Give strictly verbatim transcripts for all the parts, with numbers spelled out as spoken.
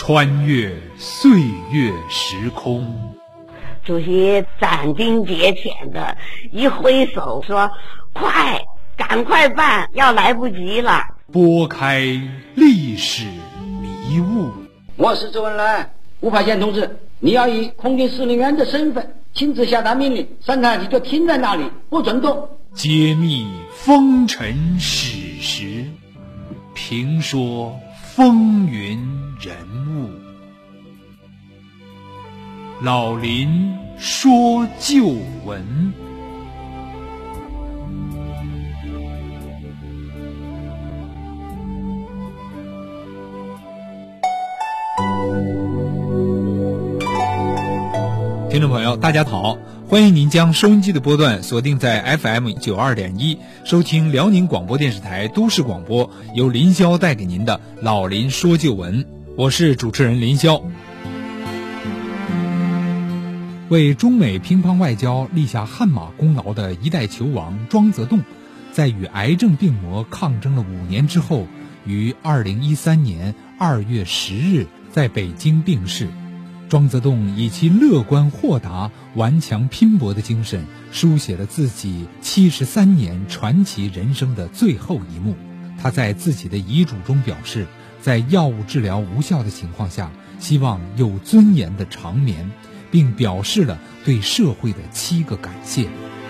穿越岁月时空。 主席斩钉截铁的一挥手说：快，赶快办，要来不及了。 拨开历史迷雾。 我是周恩来，吴法宪同志，你要以空军司令员的身份亲自下达命令，三台你就停在那里，不准动。 揭秘风尘史实，评说风云人物。老林说旧闻。听众朋友大家好，欢迎您将收音机的波段锁定在 F M 九十二点一， 收听辽宁广播电视台都市广播，由林霄带给您的老林说旧闻。我是主持人林霄。为中美乒乓外交立下汗马功劳的一代球王庄则栋，在与癌症病魔抗争了五年之后，于二零一三年二月十日在北京病逝。庄则栋以其乐观豁达、顽强拼搏的精神，书写了自己七十三年传奇人生的最后一幕。他在自己的遗嘱中表示，在药物治疗无效的情况下，希望有尊严的长眠，并表示了对社会的七个感谢。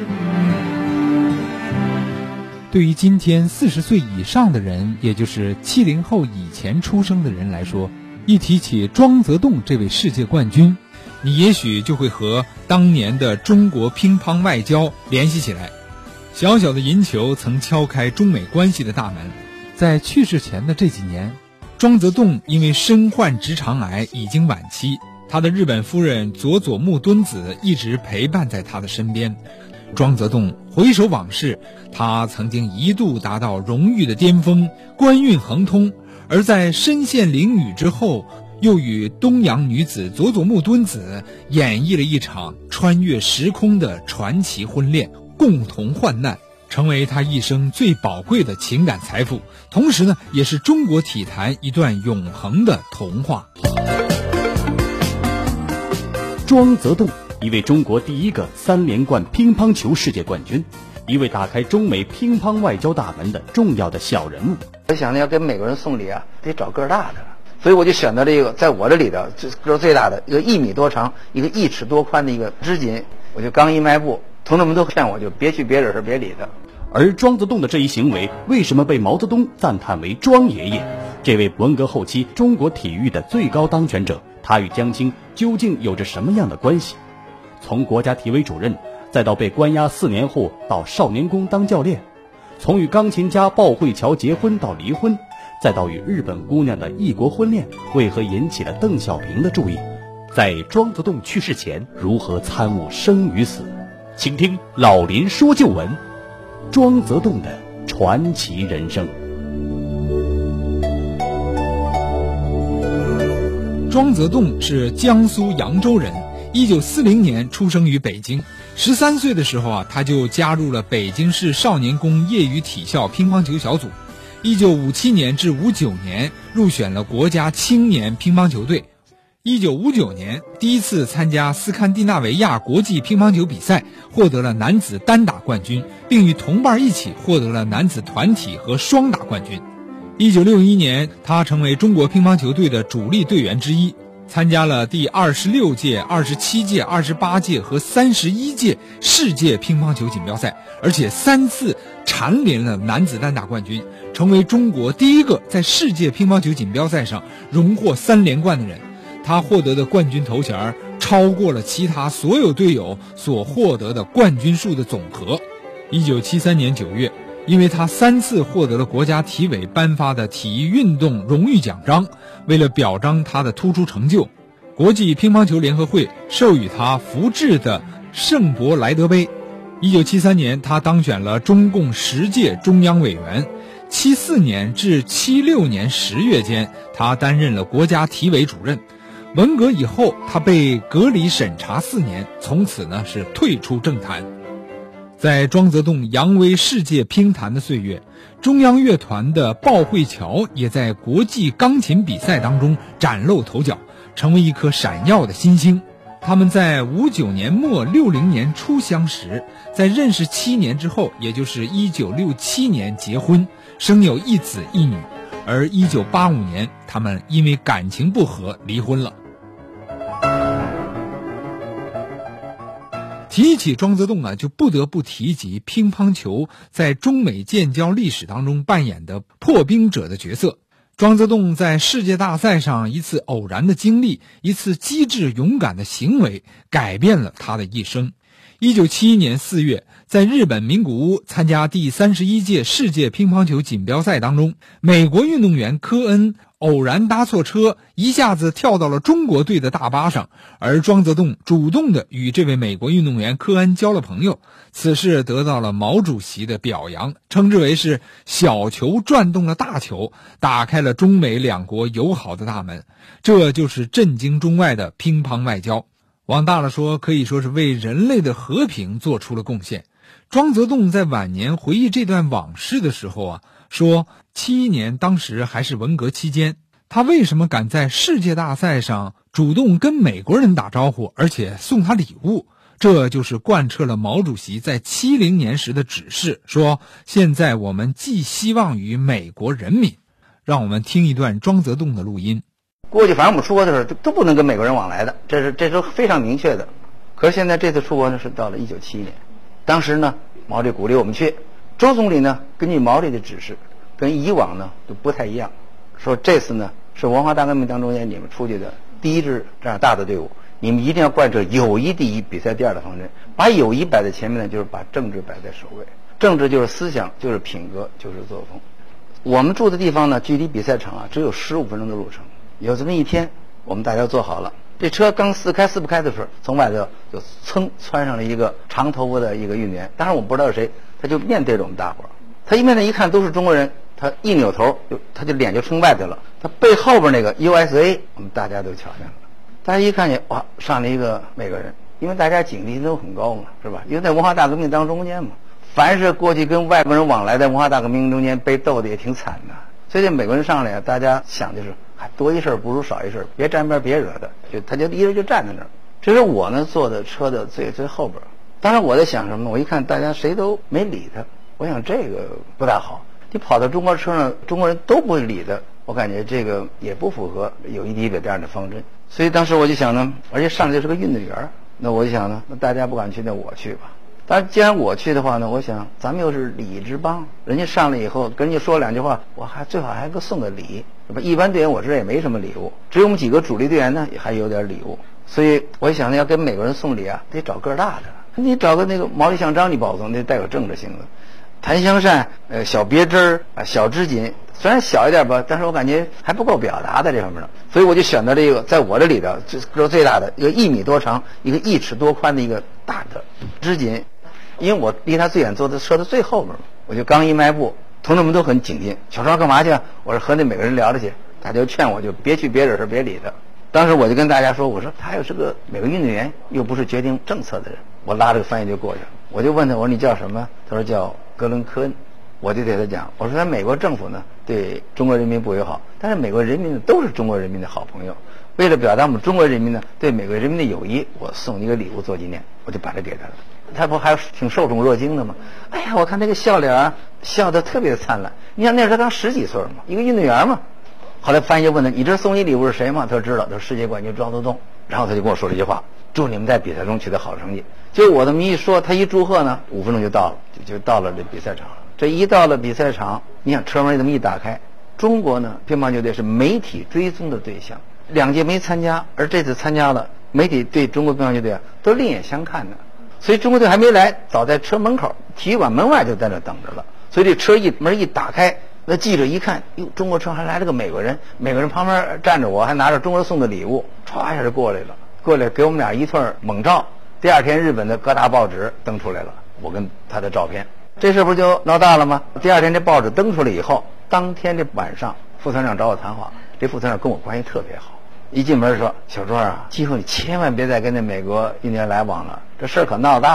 对于今天四十岁以上的人，也就是七零后以前出生的人来说，一提起庄则栋这位世界冠军，你也许就会和当年的中国乒乓外交联系起来。小小的银球曾敲开中美关系的大门。在去世前的这几年，庄则栋因为身患直肠癌已经晚期，他的日本夫人佐佐木敦子一直陪伴在他的身边。庄则栋回首往事，他曾经一度达到荣誉的巅峰，官运亨通，而在身陷囹圄之后，又与东洋女子佐佐木敦子演绎了一场穿越时空的传奇婚恋，共同患难，成为他一生最宝贵的情感财富，同时呢，也是中国体坛一段永恒的童话。 庄则栋，一位中国第一个三连冠乒乓球世界冠军，一位打开中美乒乓外交大门的重要的小人物。 我想呢，要给美国人送礼啊，得找个儿大的，所以我就选择了一个在我这里的个儿最大的，一个一米多长，一个一尺多宽的一个织锦。我就刚一迈步，同志们都劝我就别去别惹事别理他。 而庄则栋的这一行为为什么被毛泽东赞叹为庄爷爷？这位文革后期中国体育的最高当权者，他与江青究竟有着什么样的关系？从国家体委主任，再到被关押四年后到少年宫当教练，从与钢琴家鲍慧乔结婚到离婚，再到与日本姑娘的异国婚恋，为何引起了邓小平的注意？在庄则栋去世前，如何参悟生与死？请听老林说旧闻，庄则栋的传奇人生。 庄则栋是江苏扬州人，一九四零年出生于北京。十三岁的时候啊，他就加入了北京市少年宫业余体校乒乓球小组。一九五七年至五九年入选了国家青年乒乓球队。一九五九年第一次参加斯堪的纳维亚国际乒乓球比赛，获得了男子单打冠军，并与同伴一起获得了男子团体和双打冠军。一九六一年，他成为中国乒乓球队的主力队员之一，参加了第二十六届、二十七届、二十八届和三十一届世界乒乓球锦标赛，而且三次蝉联了男子单打冠军，成为中国第一个在世界乒乓球锦标赛上荣获三连冠的人。他获得的冠军头衔超过了其他所有队友所获得的冠军数的总和。一九七三年九月，因为他三次获得了国家体委颁发的体育运动荣誉奖章，为了表彰他的突出成就，国际乒乓球联合会授予他福制的圣伯莱德杯。一九七三年，他当选了中共十届中央委员。七四年至七六年十月间，他担任了国家体委主任。文革以后，他被隔离审查四年，从此呢是退出政坛。 在庄则栋扬威世界乒坛的岁月，中央乐团的鲍慧乔也在国际钢琴比赛当中崭露头角，成为一颗闪耀的新星。他们在五九年末六零年初相识，在认识七年之后，也就是一九六七年结婚，生有一子一女。而一九八五年，他们因为感情不和离婚了。提起庄则栋啊，就不得不提及乒乓球在中美建交历史当中扮演的破冰者的角色。庄则栋在世界大赛上一次偶然的经历，一次机智勇敢的行为，改变了他的一生。一九七一年四月，在日本名古屋参加第三十一届世界乒乓球锦标赛当中，美国运动员科恩偶然搭错车，一下子跳到了中国队的大巴上，而庄则栋主动的与这位美国运动员科恩交了朋友。此事得到了毛主席的表扬，称之为是小球转动了大球，打开了中美两国友好的大门。这就是震惊中外的乒乓外交。往大了说，可以说是为人类的和平做出了贡献。庄则栋在晚年回忆这段往事的时候啊，说七一年当时还是文革期间，他为什么敢在世界大赛上主动跟美国人打招呼，而且送他礼物？这就是贯彻了毛主席在七零年时的指示，说现在我们寄希望于美国人民。让我们听一段庄则栋的录音。 过去反正我们出国的时候都不能跟美国人往来的，这是这是非常明确的。可是现在这次出国呢是到了一九七一年，当时呢毛主席鼓励我们去，周总理呢根据毛主席的指示，跟以往呢都不太一样，说这次呢是文化大革命当中间你们出去的第一支这样大的队伍，你们一定要贯彻友谊第一，比赛第二的方针，把友谊摆在前面呢，就是把政治摆在首位。政治就是思想，就是品格，就是作风。我们住的地方呢，距离比赛场啊只有十五分钟的路程。有这么一天，我们大家做好了，这车刚四开四不开的时候，从外头就噌窜上了一个长头发的一个运动员，当然我们不知道是谁，他就面对着我们大伙儿，他一面一看都是中国人，他一扭头就他就脸就冲外头了，他背后边那个 U S A 我们大家都瞧见了，大家一看见哇，上来一个美国人，因为大家警惕都很高嘛，是吧？因为在文化大革命当中间嘛，凡是过去跟外国人往来在文化大革命中间被斗得也挺惨的，所以这美国人上来啊，大家想的是多一事不如少一事，别沾边别惹的，就他就一人就站在那儿。这是我呢坐的车的最最后边，当然我在想什么呢？我一看大家谁都没理他，我想这个不大好，你跑到中国车上，中国人都不会理他，我感觉这个也不符合友谊第一这样的方针。所以当时我就想呢，而且上来就是个运动员，那我就想呢，那大家不敢去，那我去吧。但是既然我去的话呢，我想咱们又是礼之邦，人家上来以后跟人家说两句话，我还最好还给送个礼，是吧？一般队员我这也没什么礼物，只有我们几个主力队员呢也还有点礼物，所以我想呢，要跟美国人送礼啊，得找个大的，你找个那个毛利象章你保送，那带有政治性的，檀香扇、呃小别针啊、小织锦，虽然小一点吧，但是我感觉还不够表达的这方面，所以我就选择了一个在我这里的这最大的一个一米多长、一个一尺多宽的一个大的织锦。因为我离他最远，坐在车的最后边，我就刚一迈步，同志们都很警惕。小川干嘛去啊？我说和那每个人聊着去，他就劝我就别去，别惹事，别理他。当时我就跟大家说，我说他又是个美国运动员，又不是决定政策的人。我拉着个翻译就过去了，我就问他，我说你叫什么？他说叫格伦科恩。我就对他讲，我说他美国政府呢对中国人民不友好，但是美国人民呢都是中国人民的好朋友。为了表达我们中国人民呢对美国人民的友谊，我送你一个礼物做纪念，我就把这给他了。他不还挺受宠若惊的吗？哎呀，我看那个笑脸啊，笑得特别的灿烂。你想那时候他刚十几岁嘛，一个运动员嘛。后来翻译就问他，你知道送你礼物是谁吗？他说知道，他说世界冠军庄则栋。然后他就跟我说了一句话，祝你们在比赛中取得好成绩。就我这么一说，他一祝贺呢，五分钟就到了，就就到了这比赛场了。这一到了比赛场，你想车门这么一打开，中国呢乒乓球队是媒体追踪的对象，两届没参加，而这次参加了，媒体对中国乒乓球队啊都另眼相看的。所以中国队还没来，早在车门口体育馆门外就在那等着了。所以这车一门一打开，那记者一看，哟，中国车还来了个美国人，美国人旁边站着我，还拿着中国人送的礼物，歘一下就过来了，过来给我们俩一顿猛照。第二天日本的各大报纸登出来了，我跟他的照片，这事不就闹大了吗？第二天这报纸登出来以后，当天这晚上副团长找我谈话，这副团长跟我关系特别好。一进门说，小庄啊，今后你千万别再跟那美国运动员来往了，这事儿可闹大了。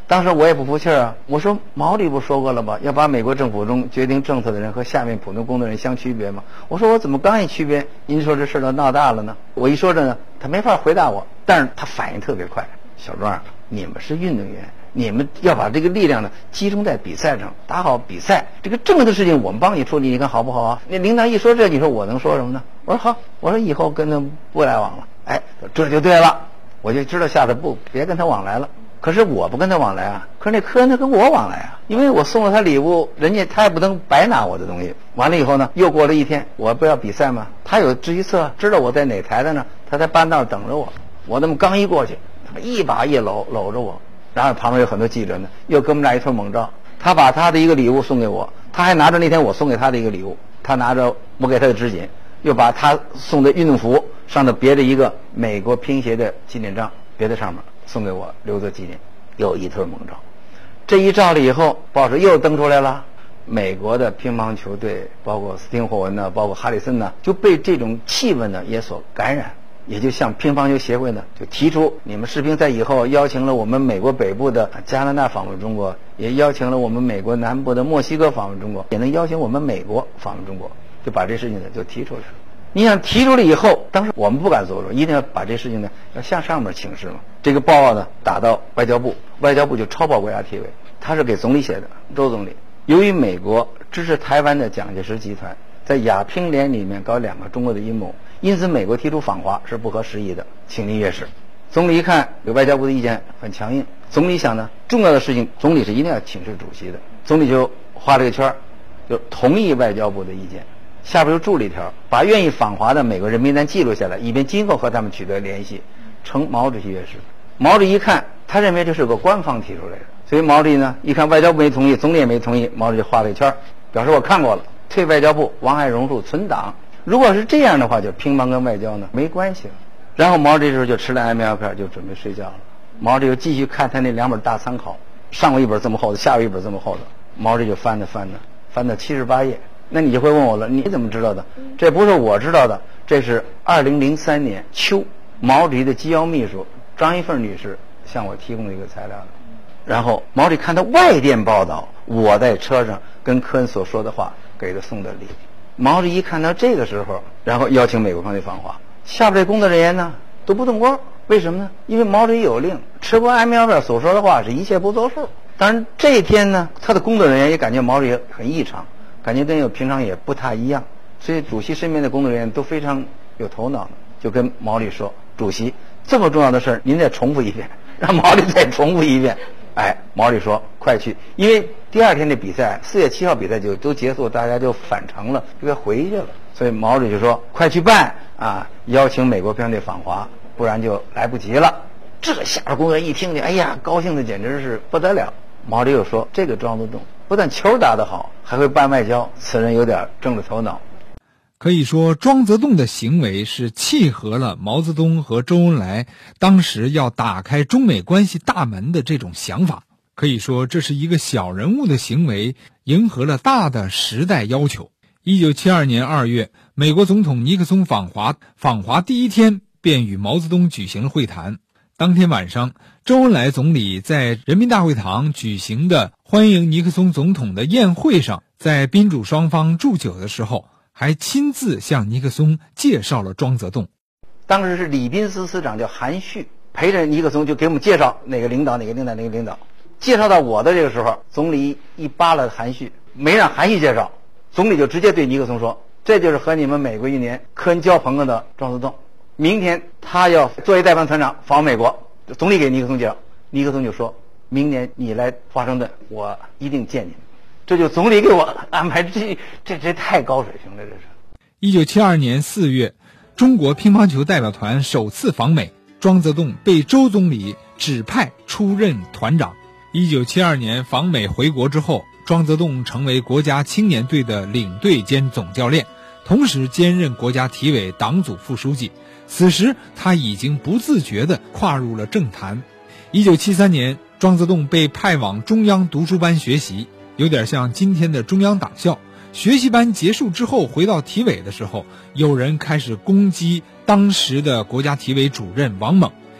当时我也不服气啊，我说毛主席不说过了吗？要把美国政府中决定政策的人和下面普通工作人员相区别吗？我说我怎么刚一区别，您说这事都闹大了呢？我一说这呢，他没法回答我，但是他反应特别快。小庄，你们是运动员，你们要把这个力量呢集中在比赛上，打好比赛。这个政治的事情我们帮你处理，你看好不好啊？那领导一说这，你说我能说什么呢？我说好，我说以后跟他不来往了。哎，这就对了，我就知道下次不别跟他往来了。可是我不跟他往来啊，可是那科恩他跟我往来啊，因为我送了他礼物，人家他也不能白拿我的东西。完了以后呢，又过了一天，我不要比赛吗？他有知悉册，知道我在哪台的呢，他在班那儿等着我。我那么刚一过去，他一把一搂搂着我，然后旁边有很多记者呢，又跟我们俩一通猛照。他把他的一个礼物送给我，他还拿着那天我送给他的一个礼物，他拿着我给他的织锦，又把他送的运动服上头别着一个美国乒协的纪念章，别在上面。送给我留作纪念，又一通猛照。这一照了以后，报纸又登出来了，美国的乒乓球队，包括斯汀霍文呢，包括哈里森呢，就被这种气氛呢也所感染，也就向乒乓球协会呢就提出，你们世乒赛以后邀请了我们美国北部的加拿大访问中国，也邀请了我们美国南部的墨西哥访问中国，也能邀请我们美国访问中国，就把这事情呢就提出来了。你想提出了以后，当时我们不敢做主，一定要把这事情呢要向上面请示嘛。这个报告呢打到外交部，外交部就抄报国家体委，他是给总理写的，周总理。由于美国支持台湾的蒋介石集团在亚乒联里面搞两个中国的阴谋，因此美国提出访华是不合时宜的，请您阅示。总理一看有外交部的意见很强硬，总理想呢重要的事情总理是一定要请示主席的，总理就画了个圈，就同意外交部的意见。下边又注了一条，把愿意访华的美国人名单记录下来，以便今后和他们取得联系，呈毛主席阅示。毛主席一看，他认为这是个官方提出来的，所以毛主席呢一看外交部没同意，总理也没同意，毛主席画了一圈，表示我看过了，退外交部，王海荣处存档。如果是这样的话，就乒乓跟外交呢没关系了。然后毛主席这时候就吃了安眠药片，就准备睡觉了。毛主席就继续看他那两本大参考，上过一本这么厚的，下过一本这么厚的，毛主席就翻着翻着翻到七十八页。那你就会问我了，你怎么知道的？这不是我知道的，这是二零零三年秋毛主席的机要秘书张一凤女士向我提供的一个材料的。然后毛主席看到外电报道我在车上跟科恩所说的话给他送的礼，毛主席一看到这个时候，然后邀请美国方面访华，下边这工作人员呢都不动窝，为什么呢？因为毛主席有令，吃过安眠药片所说的话是一切不作数。当然这一天呢，他的工作人员也感觉毛主席很异常，感觉跟有平常也不太一样，所以主席身边的工作人员都非常有头脑的，就跟毛主席说，主席这么重要的事您再重复一遍，让毛主席再重复一遍。哎，毛主席说快去，因为第二天的比赛四月七号比赛就都结束，大家就返程了，就该回去了，所以毛主席就说快去办啊，邀请美国乒乓队访华，不然就来不及了。这下边工作人员一听见，哎呀，高兴的简直是不得了。毛主席又说，这个庄则栋不但球打得好，还会办外交，此人有点政治头脑。 可以说，庄则栋的行为是契合了毛泽东和周恩来当时要打开中美关系大门的这种想法。可以说，这是一个小人物的行为，迎合了大的时代要求。一九七二年二月，美国总统尼克松访华，访华第一天便与毛泽东举行了会谈。当天晚上，周恩来总理在人民大会堂举行的欢迎尼克松总统的宴会上，在宾主双方祝酒的时候，还亲自向尼克松介绍了庄则栋。 当时是礼宾司司长叫韩旭，陪着尼克松就给我们介绍哪个领导哪个领导哪个领导。介绍到我的这个时候，总理一扒拉韩旭，没让韩旭介绍，总理就直接对尼克松说，这就是和你们美国一年科恩交朋友的庄则栋，明天他要作为代办团长访美国。总理给尼克松介绍，尼克松就说，明年你来华盛顿，我一定见你。这就总理给我安排，这这这太高水平了，这是。 一九七二年四月，中国乒乓球代表团首次访美，庄则栋被周总理指派出任团长。一九七二年访美回国之后，庄则栋成为国家青年队的领队兼总教练，同时兼任国家体委党组副书记。此时他已经不自觉地跨入了政坛。一九七三年，庄则栋被派往中央读书班学习，有点像今天的中央党校。学习班结束之后，回到体委的时候，有人开始攻击当时的国家体委主任王猛，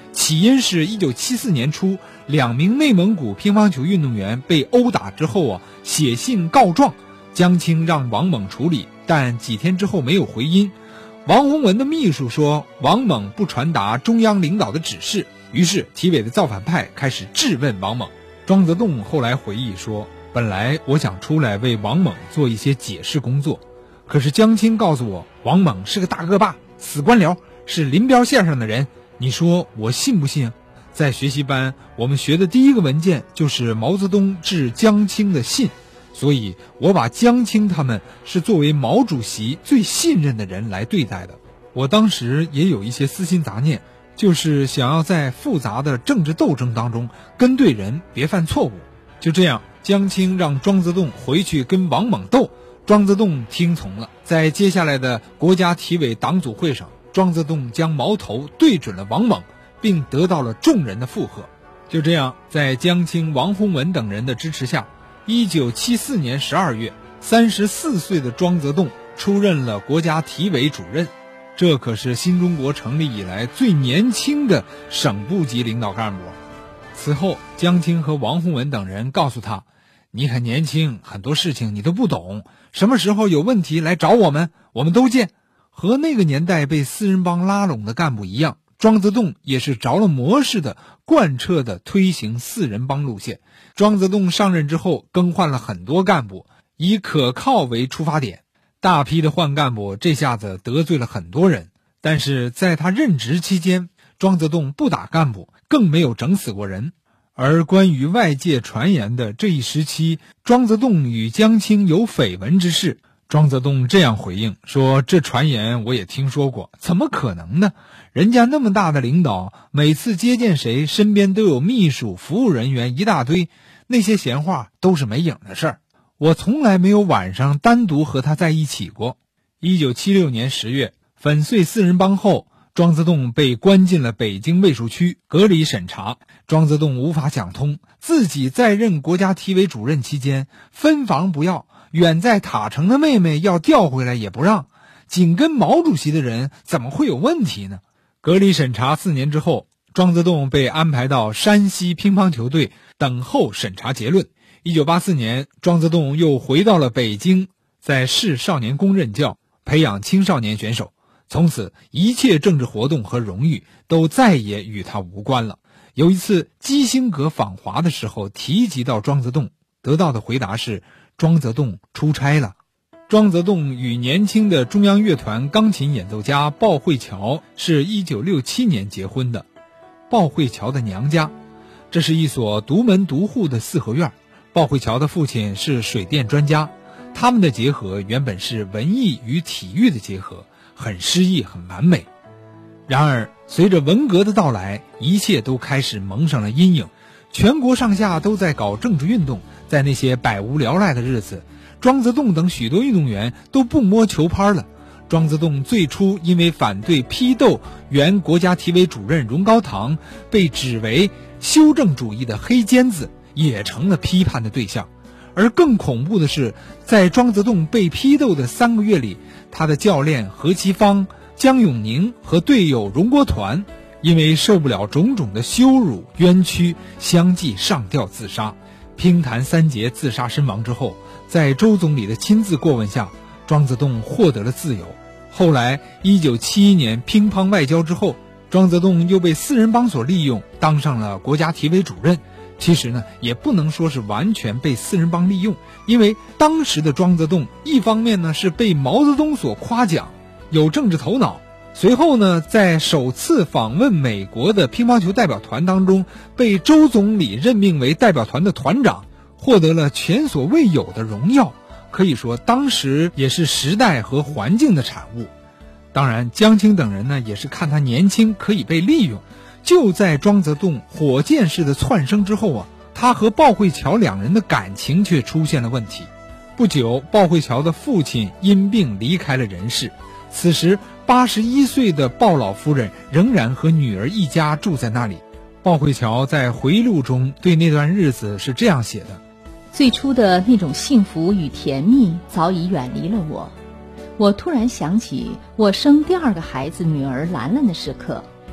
起因是一九七四年初，两名内蒙古乒乓球运动员被殴打之后啊，写信告状，江青让王猛处理，但几天之后没有回音。王洪文的秘书说王猛不传达中央领导的指示，于是体委的造反派开始质问王猛。庄则栋后来回忆说，本来我想出来为王猛做一些解释工作，可是江青告诉我，王猛是个大恶霸，死官僚，是林彪线上的人，你说我信不信啊？在学习班，我们学的第一个文件就是毛泽东致江青的信，所以我把江青他们是作为毛主席最信任的人来对待的。我当时也有一些私心杂念，就是想要在复杂的政治斗争当中跟对人，别犯错误。就这样，江青让庄则栋回去跟王猛斗，庄则栋听从了。在接下来的国家体委党组会上，庄则栋将矛头对准了王猛，并得到了众人的附和。就这样，在江青、王洪文等人的支持下，一九七四年十二月，三十四岁的庄则栋出任了国家体委主任。这可是新中国成立以来最年轻的省部级领导干部。此后，江青和王洪文等人告诉他，你很年轻，很多事情你都不懂，什么时候有问题来找我们，我们都见。和那个年代被四人帮拉拢的干部一样，庄则栋也是着了魔似的贯彻的推行四人帮路线。庄则栋上任之后更换了很多干部，以可靠为出发点，大批的换干部，这下子得罪了很多人。但是在他任职期间，庄则栋不打干部，更没有整死过人。而关于外界传言的这一时期庄则栋与江青有绯闻之事，庄则栋这样回应说，这传言我也听说过，怎么可能呢？人家那么大的领导，每次接见谁身边都有秘书服务人员一大堆，那些闲话都是没影的事儿，我从来没有晚上单独和他在一起过。一九七六年十月，粉碎四人帮后，庄则栋被关进了北京卫戍区隔离审查。庄则栋无法想通，自己在任国家体委主任期间分房不要，远在塔城的妹妹要调回来也不让，紧跟毛主席的人怎么会有问题呢？隔离审查四年之后，庄则栋被安排到山西乒乓球队等候审查结论。一九八四年，庄则栋又回到了北京，在市少年宫任教，培养青少年选手。从此，一切政治活动和荣誉都再也与他无关了。有一次基辛格访华的时候提及到庄则栋，得到的回答是庄则栋出差了。庄则栋与年轻的中央乐团钢琴演奏家鲍慧乔是一九六七年结婚的。鲍慧乔的娘家，这是一所独门独户的四合院。鲍慧乔的父亲是水电专家，他们的结合原本是文艺与体育的结合，很诗意，很完美。然而随着文革的到来，一切都开始蒙上了阴影，全国上下都在搞政治运动。在那些百无聊赖的日子，庄则栋等许多运动员都不摸球拍了。庄则栋最初因为反对批斗原国家体委主任荣高堂，被指为修正主义的黑尖子，也成了批判的对象。而更恐怖的是，在庄则栋被批斗的三个月里，他的教练何其芳、江永宁和队友荣国团因为受不了种种的羞辱冤屈，相继上吊自杀。乒坛三杰自杀身亡之后，在周总理的亲自过问下，庄则栋获得了自由。后来一九七一年乒乓外交之后，庄则栋又被四人帮所利用，当上了国家体委主任。其实呢，也不能说是完全被四人帮利用，因为当时的庄则栋一方面呢是被毛泽东所夸奖，有政治头脑，随后呢在首次访问美国的乒乓球代表团当中，被周总理任命为代表团的团长，获得了前所未有的荣耀。可以说当时也是时代和环境的产物。当然江青等人呢也是看他年轻可以被利用。就在庄则栋火箭式的窜升之后啊，他和鲍慧乔两人的感情却出现了问题。不久，鲍慧乔的父亲因病离开了人世，此时八十一岁的鲍老夫人仍然和女儿一家住在那里。鲍慧乔在回忆录中对那段日子是这样写的： 最初的那种幸福与甜蜜早已远离了我，我突然想起我生第二个孩子女儿兰兰的时刻，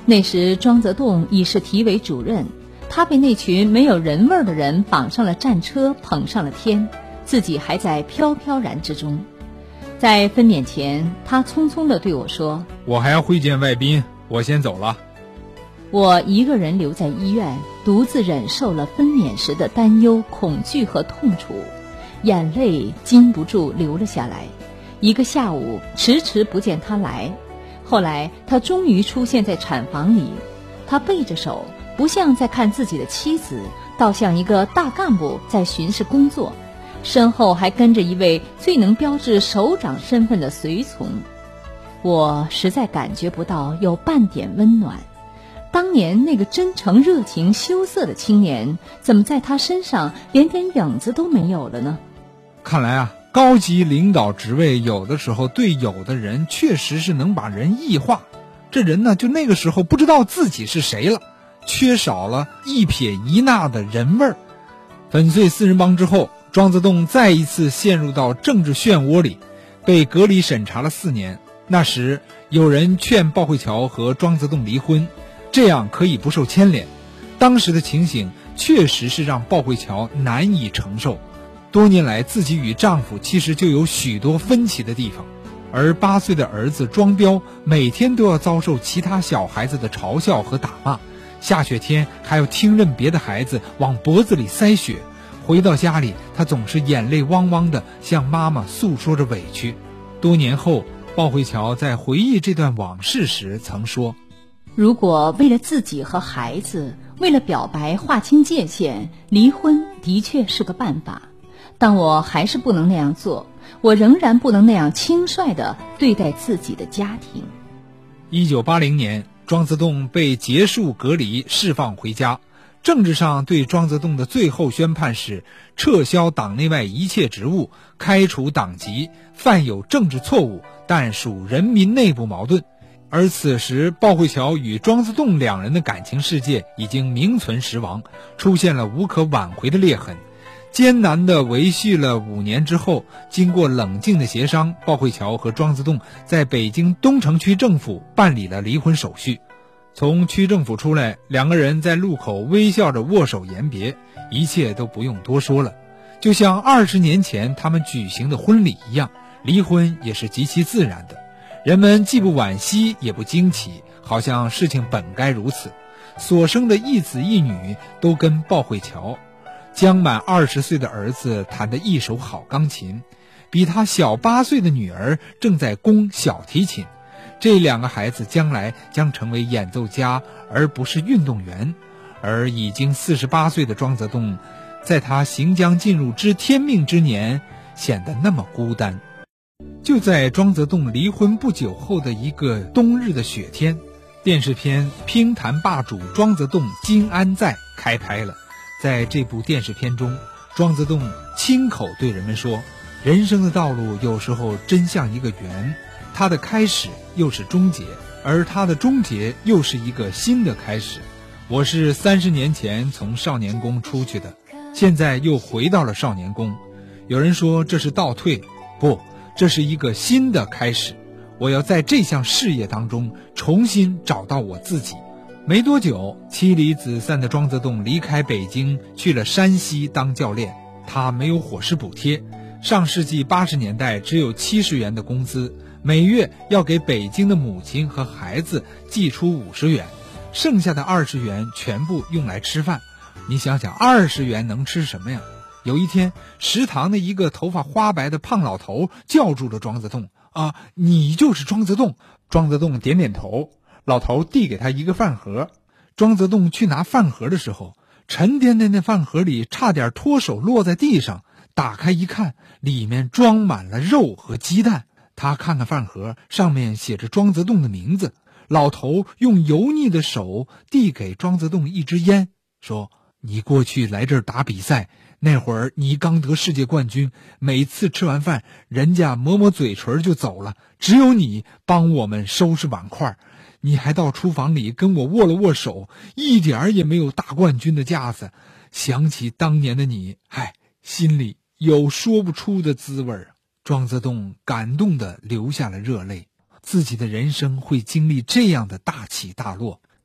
那时庄则栋已是体委主任，他被那群没有人味儿的人绑上了战车，捧上了天，自己还在飘飘然之中。在分娩前，他匆匆地对我说： 我还要会见外宾，我先走了。 我一个人留在医院，独自忍受了分娩时的担忧、恐惧和痛楚，眼泪禁不住流了下来。一个下午迟迟不见他来，后来他终于出现在产房里，他背着手，不像在看自己的妻子，倒像一个大干部在巡视工作，身后还跟着一位最能标志首长身份的随从。我实在感觉不到有半点温暖。当年那个真诚、热情、羞涩的青年，怎么在他身上连点影子都没有了呢？ 看来啊，高级领导职位有的时候对有的人确实是能把人异化。这人呢，就那个时候不知道自己是谁了，缺少了一撇一捺的人味儿。粉碎四人帮之后，庄则栋再一次陷入到政治漩涡里，被隔离审查了四年。那时有人劝鲍慧乔和庄则栋离婚，这样可以不受牵连。当时的情形确实是让鲍慧乔难以承受，多年来自己与丈夫其实就有许多分歧的地方，而八岁的儿子庄彪每天都要遭受其他小孩子的嘲笑和打骂，下雪天还要听任别的孩子往脖子里塞雪。回到家里，他总是眼泪汪汪地向妈妈诉说着委屈。多年后，鲍慧乔在回忆这段往事时曾说， 如果为了自己和孩子，为了表白划清界限，离婚的确是个办法，但我还是不能那样做，我仍然不能那样轻率地对待自己的家庭。 一九八零年，庄则栋被结束隔离，释放回家。政治上对庄则栋的最后宣判是撤销党内外一切职务，开除党籍，犯有政治错误，但属人民内部矛盾。而此时鲍慧乔与庄则栋两人的感情世界已经名存实亡，出现了无可挽回的裂痕。艰难地维系了五年之后，经过冷静的协商，鲍慧乔和庄则栋在北京东城区政府办理了离婚手续。从区政府出来，两个人在路口微笑着握手言别，一切都不用多说了，就像二十年前他们举行的婚礼一样，离婚也是极其自然的。人们既不惋惜也不惊奇，好像事情本该如此。所生的一子一女都跟鲍慧乔，将满二十岁的儿子弹得一手好钢琴，比他小八岁的女儿正在攻小提琴。这两个孩子将来将成为演奏家，而不是运动员。而已经四十八岁的庄则栋，在他行将进入知天命之年，显得那么孤单。就在庄则栋离婚不久后的一个冬日的雪天，电视片《乒坛霸主庄则栋今安在》开拍了。在这部电视片中，庄则栋亲口对人们说，人生的道路有时候真像一个圆，它的开始又是终结，而它的终结又是一个新的开始。我是三十年前从少年宫出去的，现在又回到了少年宫。有人说这是倒退，不，这是一个新的开始。我要在这项事业当中重新找到我自己。没多久，妻离子散的庄则栋离开北京，去了山西当教练。他没有伙食补贴，上世纪八十年代只有七十元的工资，每月要给北京的母亲和孩子寄出五十元，剩下的二十元全部用来吃饭。你想想，二十元能吃什么呀？有一天，食堂的一个头发花白的胖老头叫住了庄则栋。啊，你就是庄则栋？庄则栋点点头。老头递给他一个饭盒，庄则栋去拿饭盒的时候，沉甸甸的饭盒里差点脱手落在地上。打开一看，里面装满了肉和鸡蛋。他看看饭盒，上面写着庄则栋的名字。老头用油腻的手递给庄则栋一支烟，说，你过去来这儿打比赛，那会儿你刚得世界冠军，每次吃完饭人家抹抹嘴唇就走了，只有你帮我们收拾碗筷，你还到厨房里跟我握了握手，一点儿也没有大冠军的架子。想起当年的你，唉，心里有说不出的滋味。庄则栋感动地流下了热泪，自己的人生会经历这样的大起大落。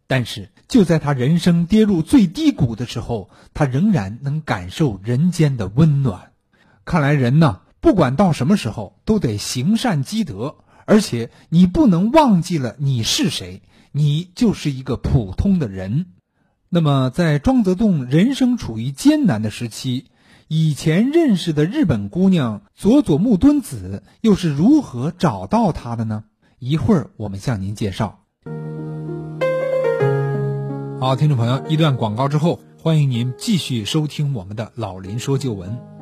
但是就在他人生跌入最低谷的时候，他仍然能感受人间的温暖。看来人呢，不管到什么时候都得行善积德，而且你不能忘记了你是谁，你就是一个普通的人。那么在庄则栋人生处于艰难的时期，以前认识的日本姑娘佐佐木敦子又是如何找到他的呢？一会儿我们向您介绍。好，听众朋友，一段广告之后，欢迎您继续收听我们的老林说旧闻。